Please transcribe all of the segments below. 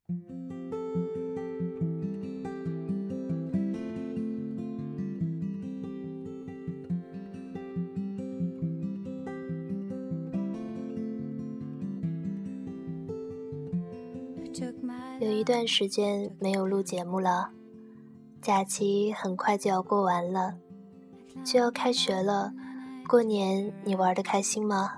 有一段时间没有录节目了，假期很快就要过完了，就要开学了。过年你玩得开心吗？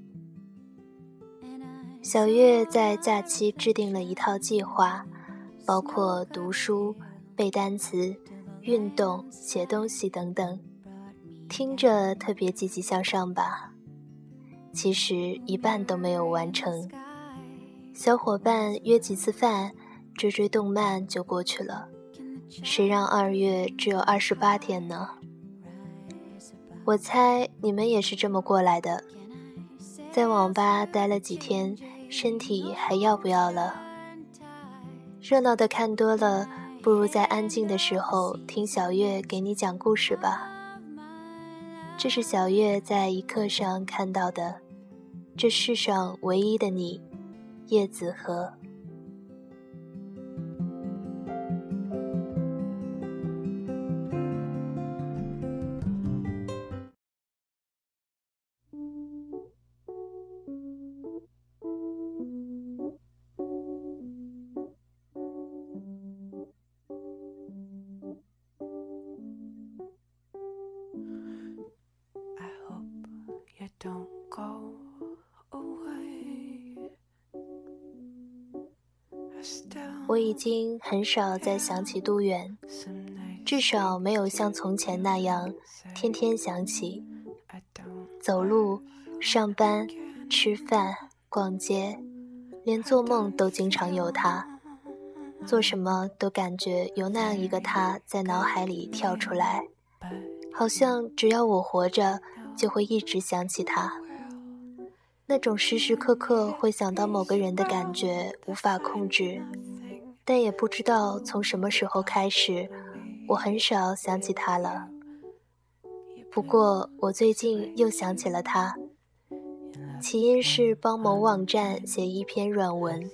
小月在假期制定了一套计划，包括读书、背单词、运动、写东西等等，听着特别积极向上吧。其实一半都没有完成。小伙伴约几次饭，追追动漫就过去了，谁让2月只有28天呢？我猜你们也是这么过来的，在网吧待了几天，身体还要不要了？热闹的看多了，不如在安静的时候听小月给你讲故事吧。这是小月在一课上看到的，这世上唯一的你，叶子和。我已经很少再想起杜远，至少没有像从前那样天天想起。走路、上班、吃饭、逛街，连做梦都经常有他。做什么都感觉有那样一个他在脑海里跳出来，好像只要我活着，就会一直想起他。那种时时刻刻会想到某个人的感觉无法控制，但也不知道从什么时候开始，我很少想起他了。不过我最近又想起了他，起因是帮某网站写一篇软文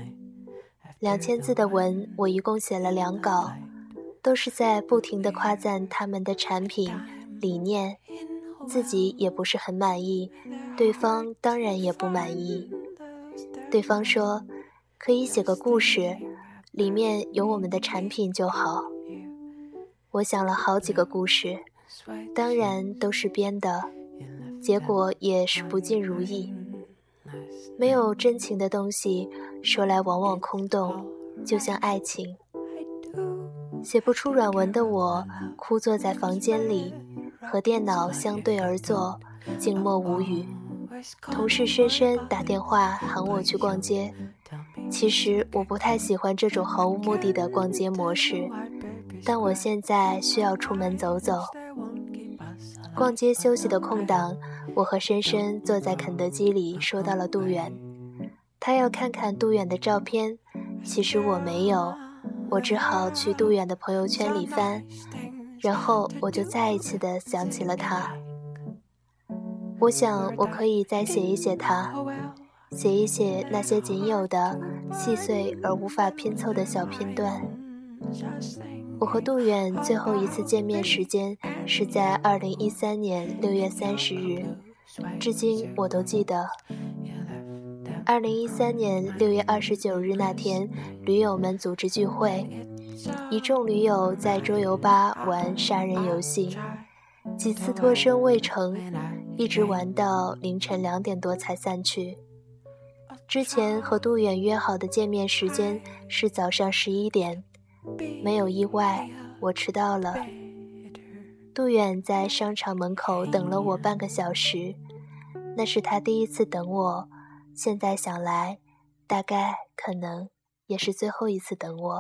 ，2000字的文，我一共写了2稿，都是在不停地夸赞他们的产品、理念，自己也不是很满意，对方当然也不满意。对方说，可以写个故事，里面有我们的产品就好。我想了好几个故事，当然都是编的，结果也是不尽如意。没有真情的东西，说来往往空洞，就像爱情。写不出软文的我，枯坐在房间里，和电脑相对而坐，静默无语。同事深深打电话喊我去逛街，其实我不太喜欢这种毫无目的的逛街模式，但我现在需要出门走走。逛街休息的空档，我和深深坐在肯德基里说到了杜远。他要看看杜远的照片，其实我没有，我只好去杜远的朋友圈里翻，然后我就再一次地想起了他。我想我可以再写一写他，写一写那些仅有的细碎而无法拼凑的小片段。我和杜远最后一次见面时间是在2013年6月30日，至今我都记得。2013年6月29日那天，驴友们组织聚会，一众驴友在桌游吧玩杀人游戏，几次脱身未成，一直玩到凌晨2点多才散去。之前和杜远约好的见面时间是早上11点，没有意外，我迟到了。杜远在商场门口等了我半个小时，那是他第一次等我，现在想来，大概可能也是最后一次等我。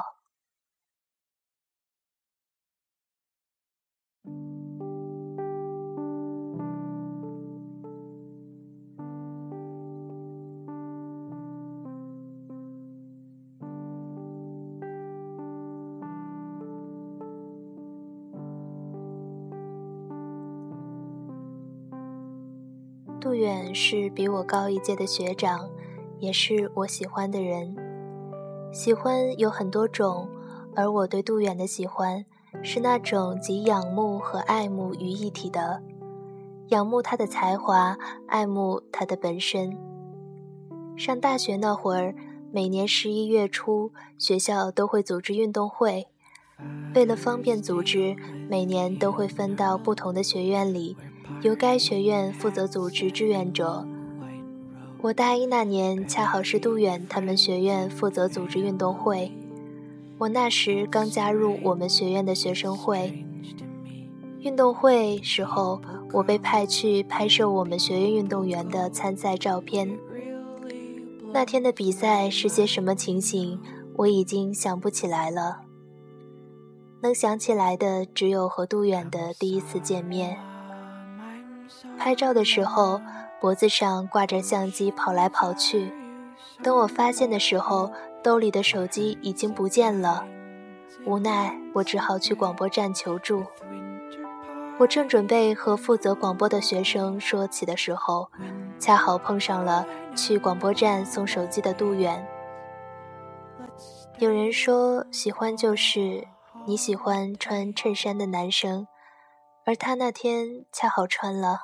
杜远是比我高一届的学长，也是我喜欢的人。 喜欢有很多种，而我对杜远的喜欢是那种集仰慕和爱慕于一体的，仰慕他的才华，爱慕他的本身。上大学那会儿，每年11月初，学校都会组织运动会。为了方便组织，每年都会分到不同的学院里，由该学院负责组织志愿者。我大一那年恰好是杜远他们学院负责组织运动会，我那时刚加入我们学院的学生会。运动会时候，我被派去拍摄我们学院运动员的参赛照片。那天的比赛是些什么情形，我已经想不起来了。能想起来的只有和杜远的第一次见面。拍照的时候，脖子上挂着相机跑来跑去，等我发现的时候，兜里的手机已经不见了。无奈，我只好去广播站求助。我正准备和负责广播的学生说起的时候，恰好碰上了去广播站送手机的杜远。有人说，喜欢就是你喜欢穿衬衫的男生，而他那天恰好穿了。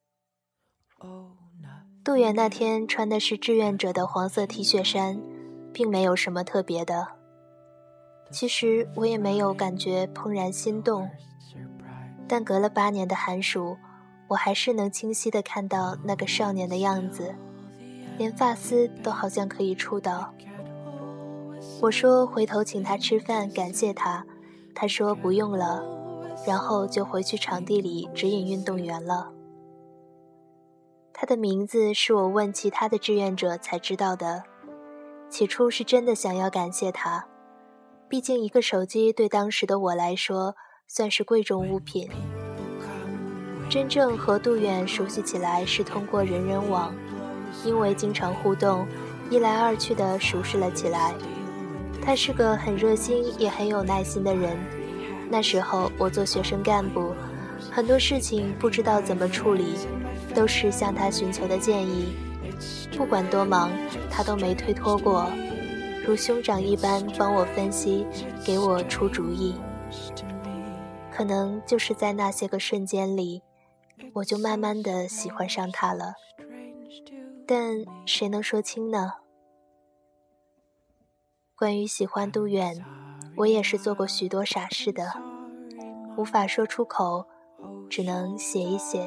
杜远那天穿的是志愿者的黄色 T 恤衫，并没有什么特别的。其实我也没有感觉怦然心动，但隔了8年的寒暑，我还是能清晰地看到那个少年的样子，连发丝都好像可以触到。我说回头请他吃饭感谢他，他说不用了，然后就回去场地里指引运动员了。他的名字是我问其他的志愿者才知道的，起初是真的想要感谢他，毕竟一个手机对当时的我来说算是贵重物品。真正和杜远熟悉起来是通过人人网，因为经常互动，一来二去的熟识了起来。他是个很热心也很有耐心的人。那时候我做学生干部，很多事情不知道怎么处理，都是向他寻求的建议，不管多忙他都没推脱过，如兄长一般帮我分析，给我出主意。可能就是在那些个瞬间里，我就慢慢地喜欢上他了，但谁能说清呢？关于喜欢杜远，我也是做过许多傻事的，无法说出口，只能写一写。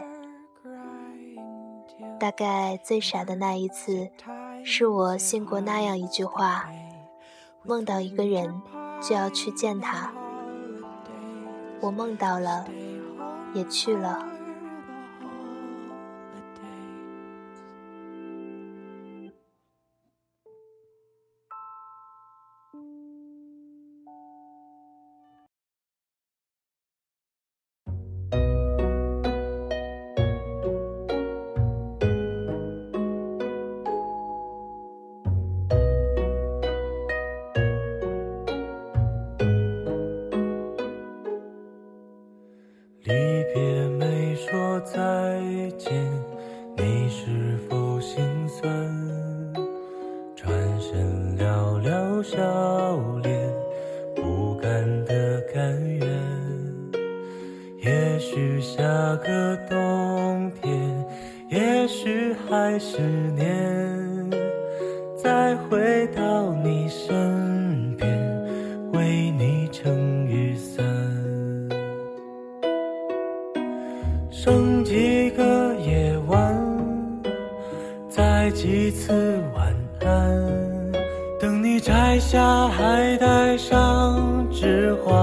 大概最傻的那一次，是我信过那样一句话，梦到一个人就要去见他。我梦到了，也去了。 离别没说再见，你是否心酸？转身寥寥笑脸，不甘的甘愿。也许下个冬天，也许还是年，再回到你身边，为你撑雨伞。剩几个夜晚，再几次晚安，等你摘下还带上指环。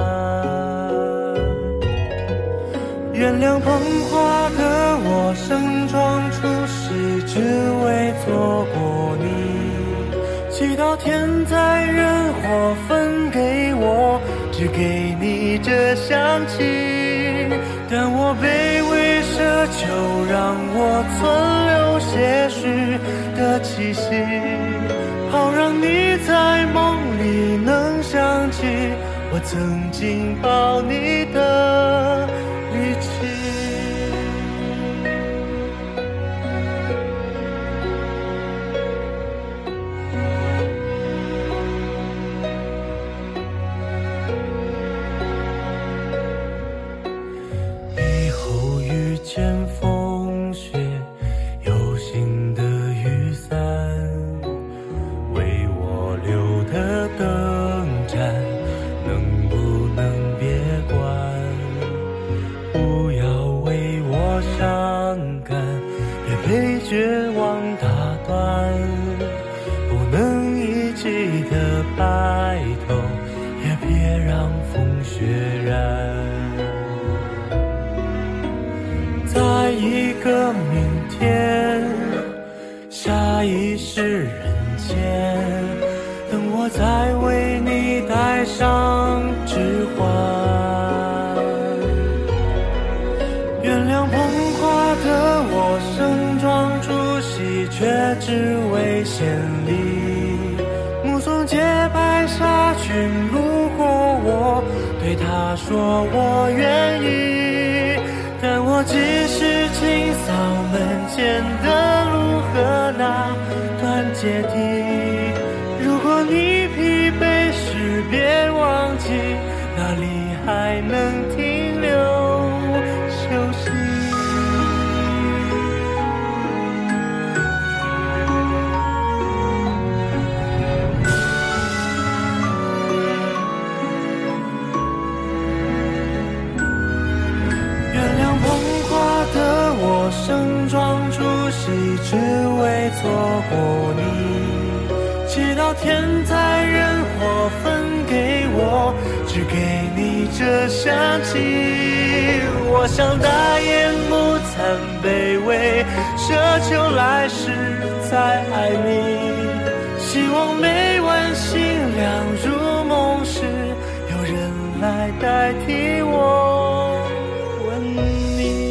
原谅捧花的我盛装出席，只为错过你。祈祷天灾人祸分给我，只给你这香气。但我卑微奢求，让我存留些许的气息，好让你在梦里能想起我曾经抱你的力气。 的白头，也别让风雪染。在一个明天，下一世人间，等我再为你戴上指环。原谅捧花的我盛装出席，却只为献礼。目送洁白纱裙路过我，对她说我愿意。但我只是清扫门前的路和那段阶梯。如果你疲惫时别忘记，哪里还能停留休息。我盛装出席，只为错过你。祈祷天灾人祸分给我，只给你这香气。我想大言不惭卑微，奢求来世再爱你。希望每晚星亮入梦时，有人来代替我吻你。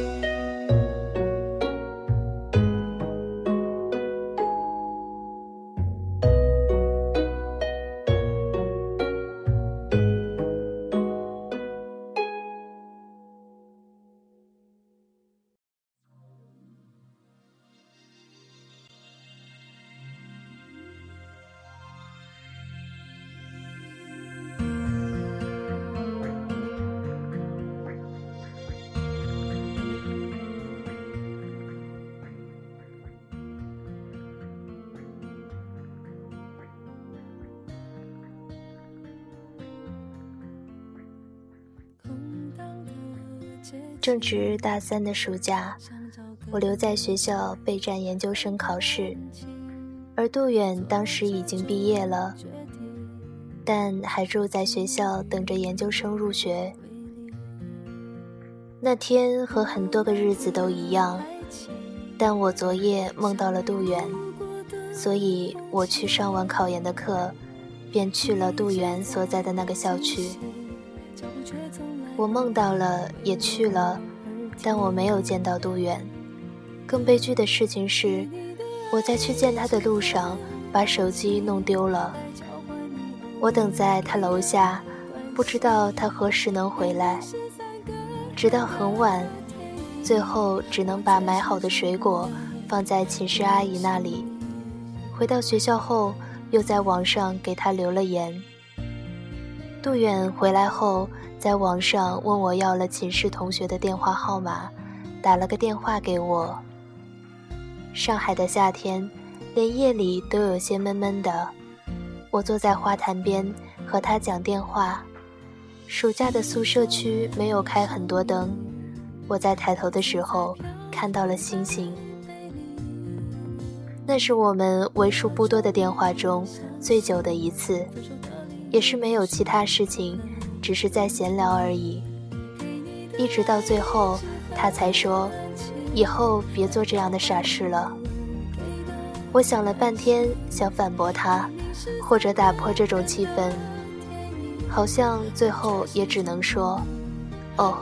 正值大3的暑假，我留在学校备战研究生考试，而杜远当时已经毕业了，但还住在学校等着研究生入学。那天和很多个日子都一样，但我昨夜梦到了杜远，所以我去上完考研的课，便去了杜远所在的那个校区。我梦到了，也去了，但我没有见到杜远。更悲剧的事情是，我在去见他的路上把手机弄丢了。我等在他楼下，不知道他何时能回来，直到很晚，最后只能把买好的水果放在寝室阿姨那里。回到学校后，又在网上给他留了言。杜远回来后，在网上问我要了寝室同学的电话号码，打了个电话给我。上海的夏天，连夜里都有些闷闷的。我坐在花坛边和他讲电话。暑假的宿舍区没有开很多灯，我在抬头的时候看到了星星。那是我们为数不多的电话中最久的一次，也是没有其他事情，只是在闲聊而已。一直到最后，他才说以后别做这样的傻事了。我想了半天，想反驳他，或者打破这种气氛，好像最后也只能说哦。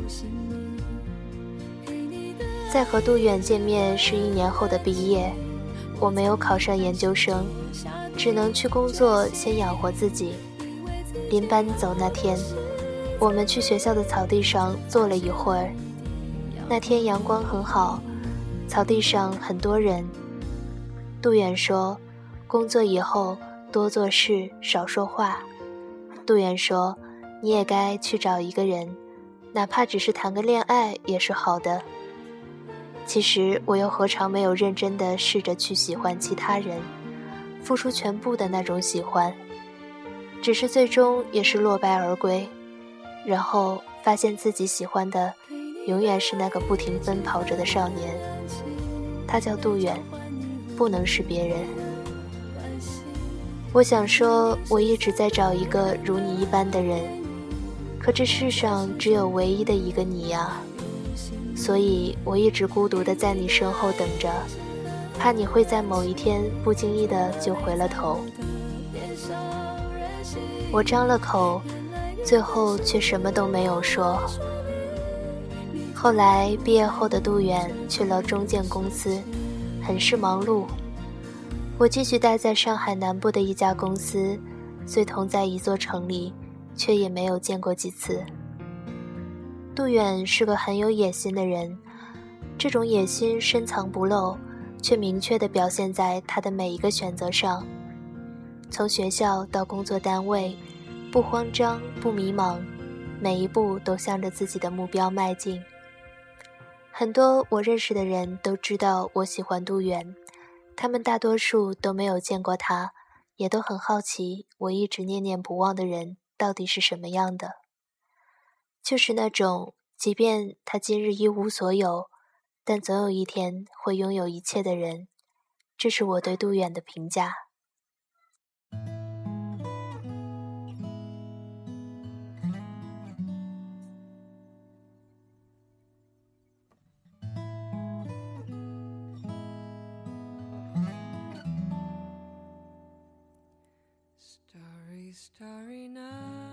再和杜远见面是1年后的毕业，我没有考上研究生，只能去工作先养活自己。临搬走那天，我们去学校的草地上坐了一会儿。那天阳光很好，草地上很多人。杜远说，工作以后多做事，少说话。杜远说，你也该去找一个人，哪怕只是谈个恋爱也是好的。其实我又何尝没有认真地试着去喜欢其他人，付出全部的那种喜欢，只是最终也是落败而归。然后发现自己喜欢的永远是那个不停奔跑着的少年，他叫杜远，不能是别人。 我想说，我一直在找一个如你一般的人，可这世上只有唯一的一个你呀，所以我一直孤独地在你身后等着，怕你会在某一天不经意地就回了头。我张了口，最后却什么都没有说。后来毕业后的杜远去了中建公司，很是忙碌。我继续待在上海南部的一家公司，虽同在一座城里，却也没有见过几次。杜远是个很有野心的人，这种野心深藏不露，却明确地表现在他的每一个选择上。从学校到工作单位，不慌张不迷茫，每一步都向着自己的目标迈进。很多我认识的人都知道我喜欢杜远，他们大多数都没有见过他，也都很好奇我一直念念不忘的人到底是什么样的。就是那种即便他今日一无所有，但总有一天会拥有一切的人。这是我对杜远的评价。 Starry night,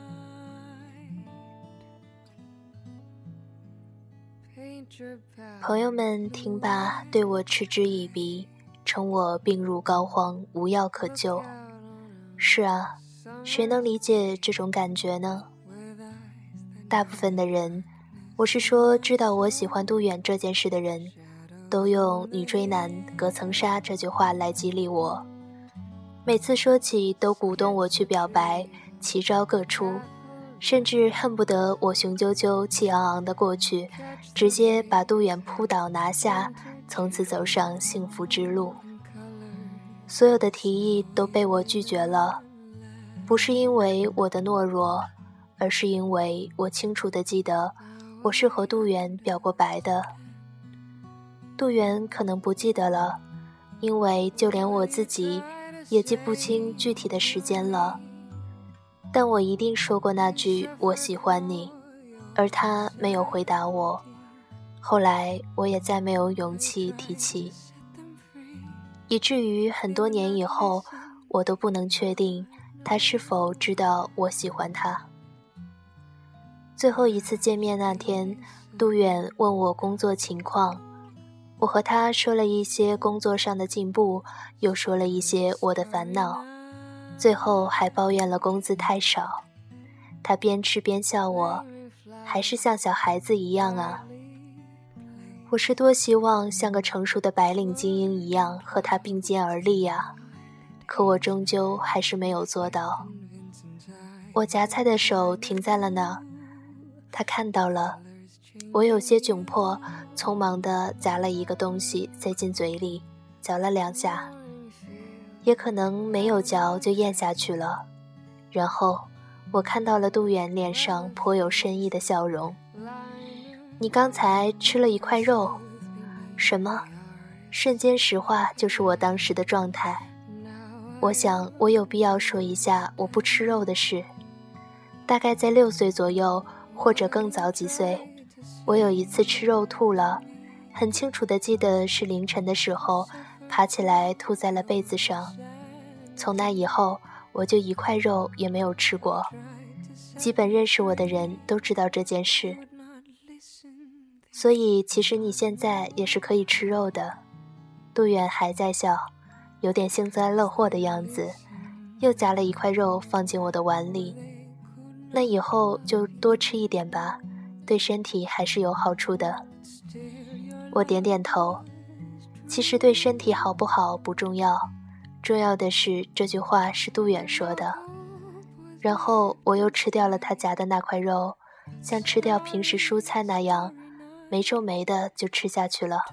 paint your palette. 朋友们听罢对我嗤之以鼻，称我病入膏肓，无药可救。是啊，谁能理解这种感觉呢？大部分的人，我是说知道我喜欢杜远这件事的人，都用女追男隔层纱这句话来激励我。每次说起都鼓动我去表白，奇招各出，甚至恨不得我雄赳赳气昂昂地过去，直接把杜远扑倒拿下，从此走上幸福之路。所有的提议都被我拒绝了，不是因为我的懦弱，而是因为我清楚地记得我是和杜远表过白的。杜远可能不记得了，因为就连我自己也记不清具体的时间了，但我一定说过那句我喜欢你，而他没有回答我。后来我也再没有勇气提起，以至于很多年以后，我都不能确定他是否知道我喜欢他。最后一次见面那天，杜远问我工作情况，我和他说了一些工作上的进步，又说了一些我的烦恼，最后还抱怨了工资太少。他边吃边笑我，还是像小孩子一样啊。我是多希望像个成熟的白领精英一样和他并肩而立啊，可我终究还是没有做到。我夹菜的手停在了那，他看到了，我有些窘迫，匆忙地夹了一个东西塞进嘴里，嚼了2下，也可能没有嚼就咽下去了。然后我看到了杜远脸上颇有深意的笑容。你刚才吃了一块肉？什么？瞬间石化就是我当时的状态。我想我有必要说一下我不吃肉的事。大概在6岁左右，或者更早几岁，我有一次吃肉吐了，很清楚地记得是凌晨的时候，爬起来吐在了被子上。从那以后，我就一块肉也没有吃过。基本认识我的人都知道这件事。所以其实你现在也是可以吃肉的。杜远还在笑，有点幸灾乐祸的样子，又夹了一块肉放进我的碗里。那以后就多吃一点吧，对身体还是有好处的。我点点头，其实对身体好不好不重要，重要的是这句话是杜远说的。然后我又吃掉了他夹的那块肉，像吃掉平时蔬菜那样，没皱眉的就吃下去了。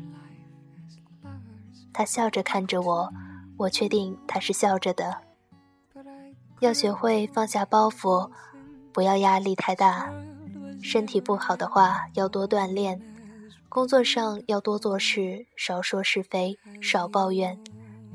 他笑着看着我，我确定他是笑着的。要学会放下包袱，不要压力太大。身体不好的话要多锻炼，工作上要多做事，少说是非，少抱怨，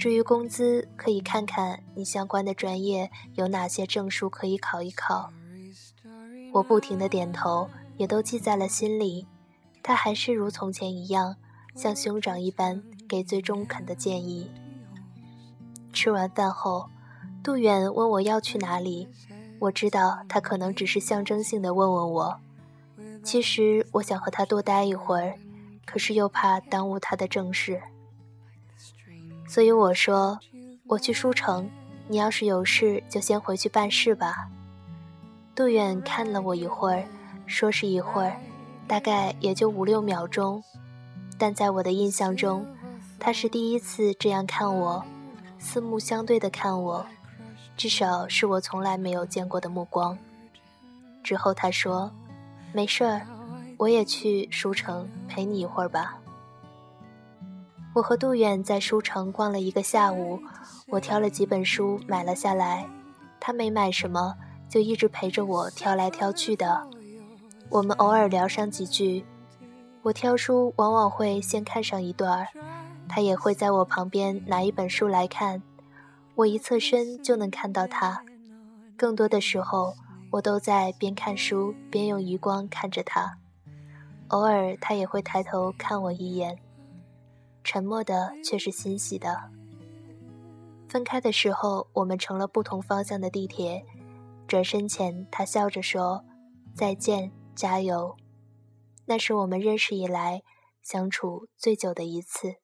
至于工资，可以看看你相关的专业有哪些证书可以考一考。我不停地点头，也都记在了心里。他还是如从前一样，像兄长一般给最中肯的建议。吃完饭后，杜远问我要去哪里，我知道他可能只是象征性地问问我。其实我想和他多待一会儿，可是又怕耽误他的正事。所以我说，我去书城，你要是有事就先回去办事吧。杜远看了我一会儿，说是一会儿，大概也就5-6秒钟，但在我的印象中，他是第一次这样看我，四目相对地看我，至少是我从来没有见过的目光。之后他说，没事儿，我也去书城陪你一会儿吧。我和杜远在书城逛了1个下午，我挑了几本书买了下来，他没买什么，就一直陪着我挑来挑去的。我们偶尔聊上几句，我挑书往往会先看上一段，他也会在我旁边拿一本书来看，我一侧身就能看到他。更多的时候，我都在边看书边用余光看着他，偶尔他也会抬头看我一眼，沉默的却是欣喜的。分开的时候，我们乘了不同方向的地铁，转身前他笑着说，再见，加油。那是我们认识以来相处最久的一次。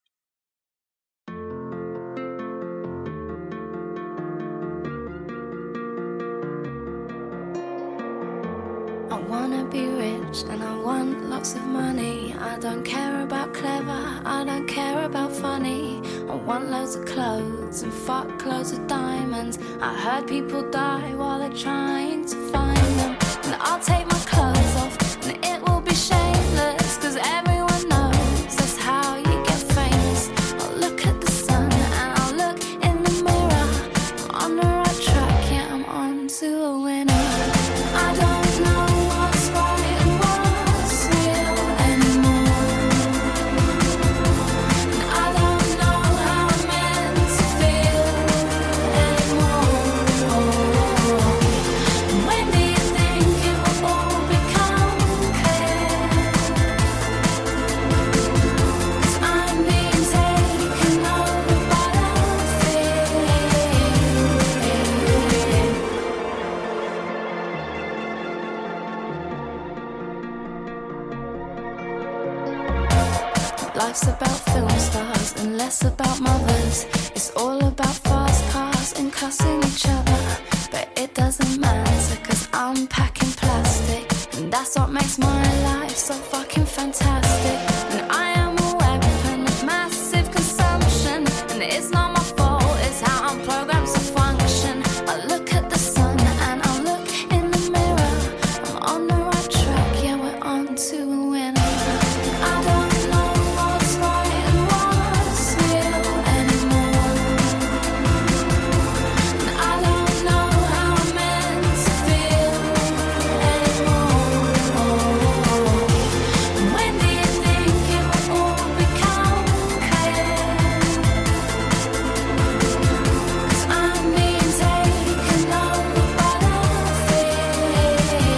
I wanna be rich and I want lots of money. I don't care about clever, I don't care about funny. I want loads of clothes and fuck loads of diamonds. I heard people die while they're trying to find them. And I'll take my clothes off and it will be shameless, cause everyone knows that's how you get famous. I'll look at the sun and I'll look in the mirror. I'm on the right track, yeah, I'm on to a winner. I don't know what's right and what's real anymore. And I don't know how I'm meant to feel anymore. When do you think it will all become clear? 'Cause I'm being taken over by the fear. Life's about film stars and less about mothers. It's all about fast cars and cussing each other. But it doesn't matter, cause I'm packing plastic, and that's what makes my life so fucking fantastic. And I am a weapon of massive consumption, and it's not my fault, it's how I'm programmed to function. I look at the sun and I look in the mirror. I'm on the right track, yeah, we're on to a winner. I don't know what's right and what's real anymore. And I don't know how I'm meant to feel anymore. When do you think it will all become clear? 'Cause I'm being taken over by the fear.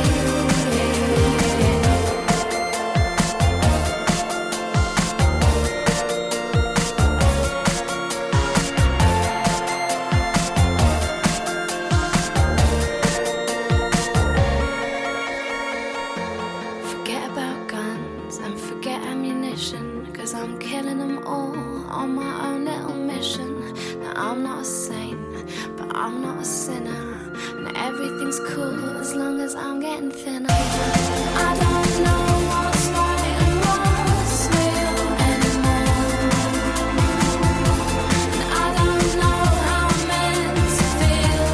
Forget about guns and forget ammunition, cause I'm killing them all on my own little mission. Now I'm not a saint, but I'm not a sinner, and everything's cool as long as I'm getting thinner. I don't know what's right and what's real anymore. And I don't know how I'm meant to feel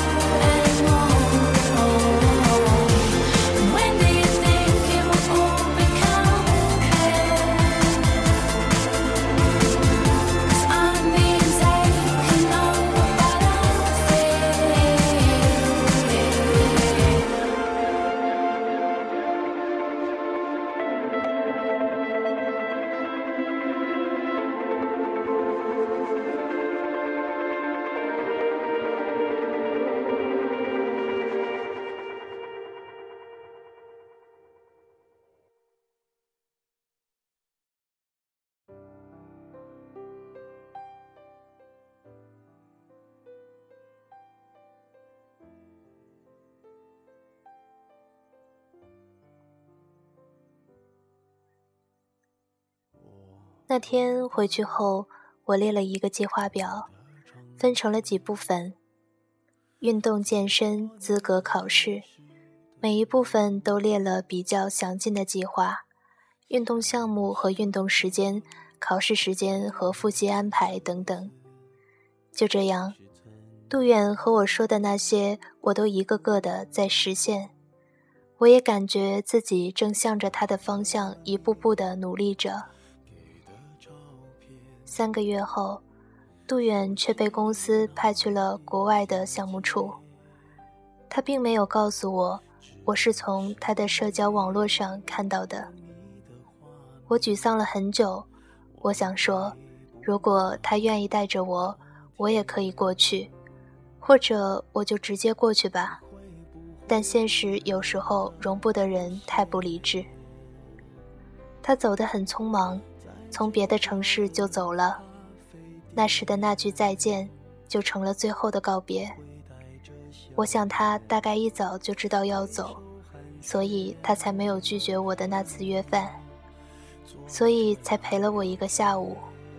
anymore. When do you think it will all become clear? 'Cause I'm being taken over by the fear. 那天回去后，我列了一个计划表，分成了几部分：运动健身、资格考试，每一部分都列了比较详尽的计划，运动项目和运动时间、考试时间和复习安排等等。就这样，杜远和我说的那些，我都一个个的在实现。我也感觉自己正向着他的方向一步步的努力着。3个月后，杜远却被公司派去了国外的项目处。他并没有告诉我，我是从他的社交网络上看到的。我沮丧了很久，我想说，如果他愿意带着我，我也可以过去，或者我就直接过去吧。但现实有时候容不得人太不理智。他走得很匆忙，从别的城市就走了。那时的那句再见，就成了最后的告别。我想他大概一早就知道要走，所以他才没有拒绝我的那次约饭，所以才陪了我一个下午。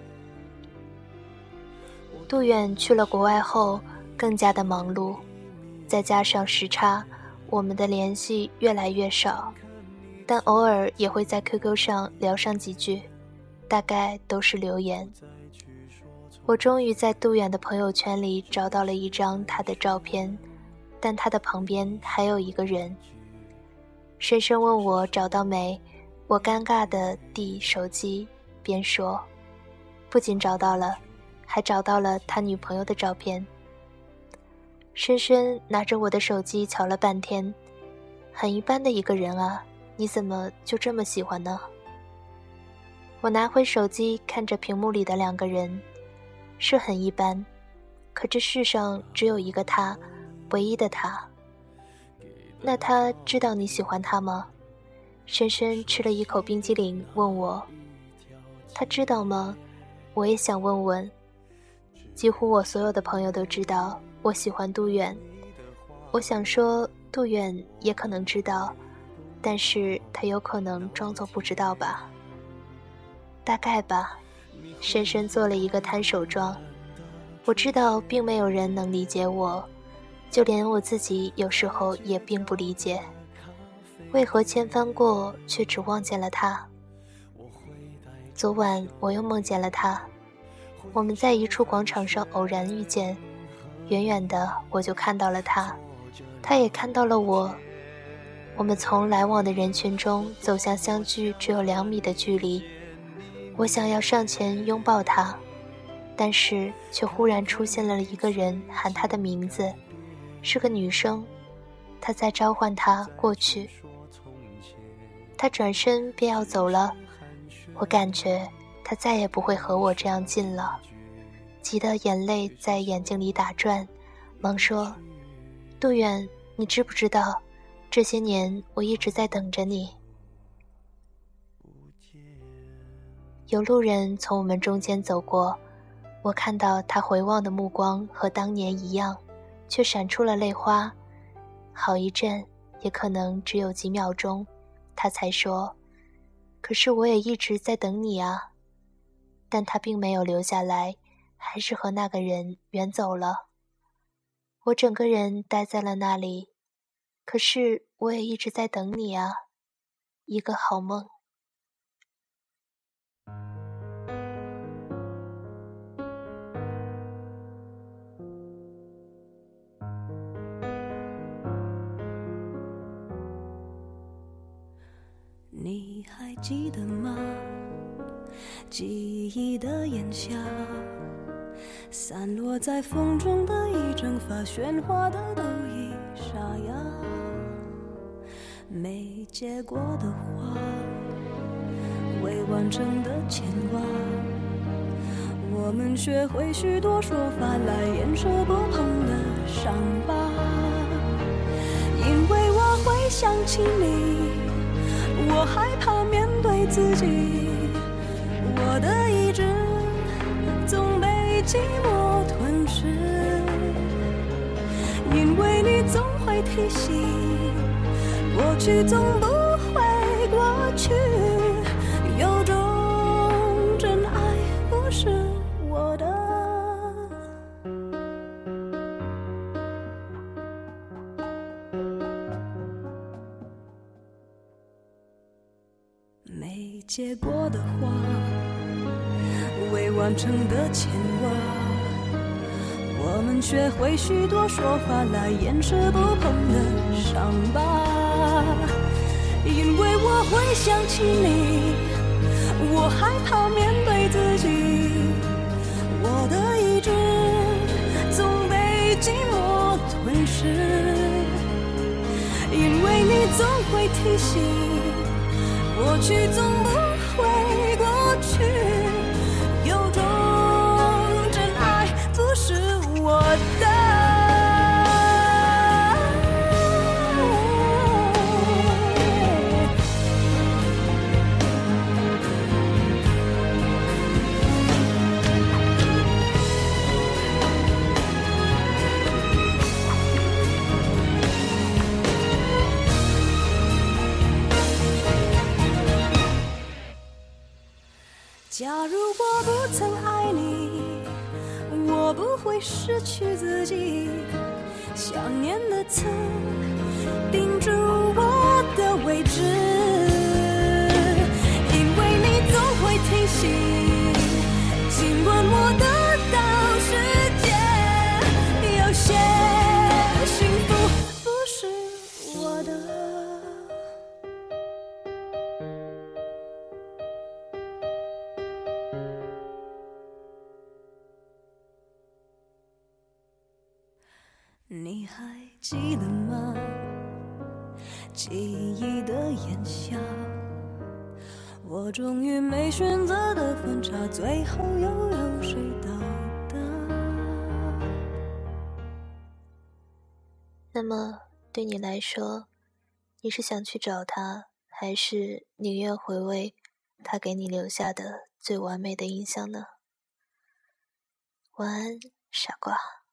杜远去了国外后，更加的忙碌，再加上时差，我们的联系越来越少，但偶尔也会在 QQ 上聊上几句，大概都是留言。我终于在杜远的朋友圈里找到了一张他的照片，但他的旁边还有一个人。深深问我找到没，我尴尬地递手机，边说，不仅找到了，还找到了他女朋友的照片。深深拿着我的手机瞧了半天，很一般的一个人啊，你怎么就这么喜欢呢？我拿回手机看着屏幕里的2个人，是很一般，可这世上只有一个他，唯一的他。那他知道你喜欢他吗？深深吃了一口冰激凌问我。他知道吗？我也想问问。几乎我所有的朋友都知道我喜欢杜远，我想说杜远也可能知道，但是他有可能装作不知道吧。大概吧。深深做了一个摊手状。我知道并没有人能理解我，就连我自己有时候也并不理解，为何千帆过却只望见了他。昨晚我又梦见了他，我们在一处广场上偶然遇见，远远的我就看到了他，他也看到了我。我们从来往的人群中走向相距只有2米的距离，我想要上前拥抱他，但是却忽然出现了一个人喊他的名字，是个女生，她在召唤他过去。他转身便要走了，我感觉他再也不会和我这样近了，急得眼泪在眼睛里打转，忙说，杜远，你知不知道，这些年我一直在等着你。有路人从我们中间走过，我看到他回望的目光和当年一样，却闪出了泪花。好一阵，也可能只有几秒钟，他才说，可是我也一直在等你啊。但他并没有留下来，还是和那个人远走了。我整个人待在了那里，可是我也一直在等你啊，一个好梦。 你还记得吗？记忆的炎夏，散落在风中的一整发喧哗的都已沙哑，没结果的花，未完成的牵挂，我们学会许多说法来掩饰不碰的伤疤。因为我会想起你，我害怕面对自己，我的意志总被寂寞吞噬。因为你总会提醒，过去总不会过去，有种震结果的花，未完成的牵挂，我们学会许多说法来掩饰不碰的伤疤。因为我会想起你，我害怕面对自己，我的意志总被寂寞吞噬。因为你总会提醒，过去总不会过去，有种真爱不是我的。假如我不曾爱你，我不会失去自己，想念的刺钉住我的位置。因为你总会提醒，尽管我得到世界，有些幸福不是我的。你还记得吗？记忆的炎夏，我终于没选择的分岔，最后又有谁到达？ 那么对你来说，你是想去找他，还是宁愿回味他给你留下的最完美的印象呢？晚安，傻瓜。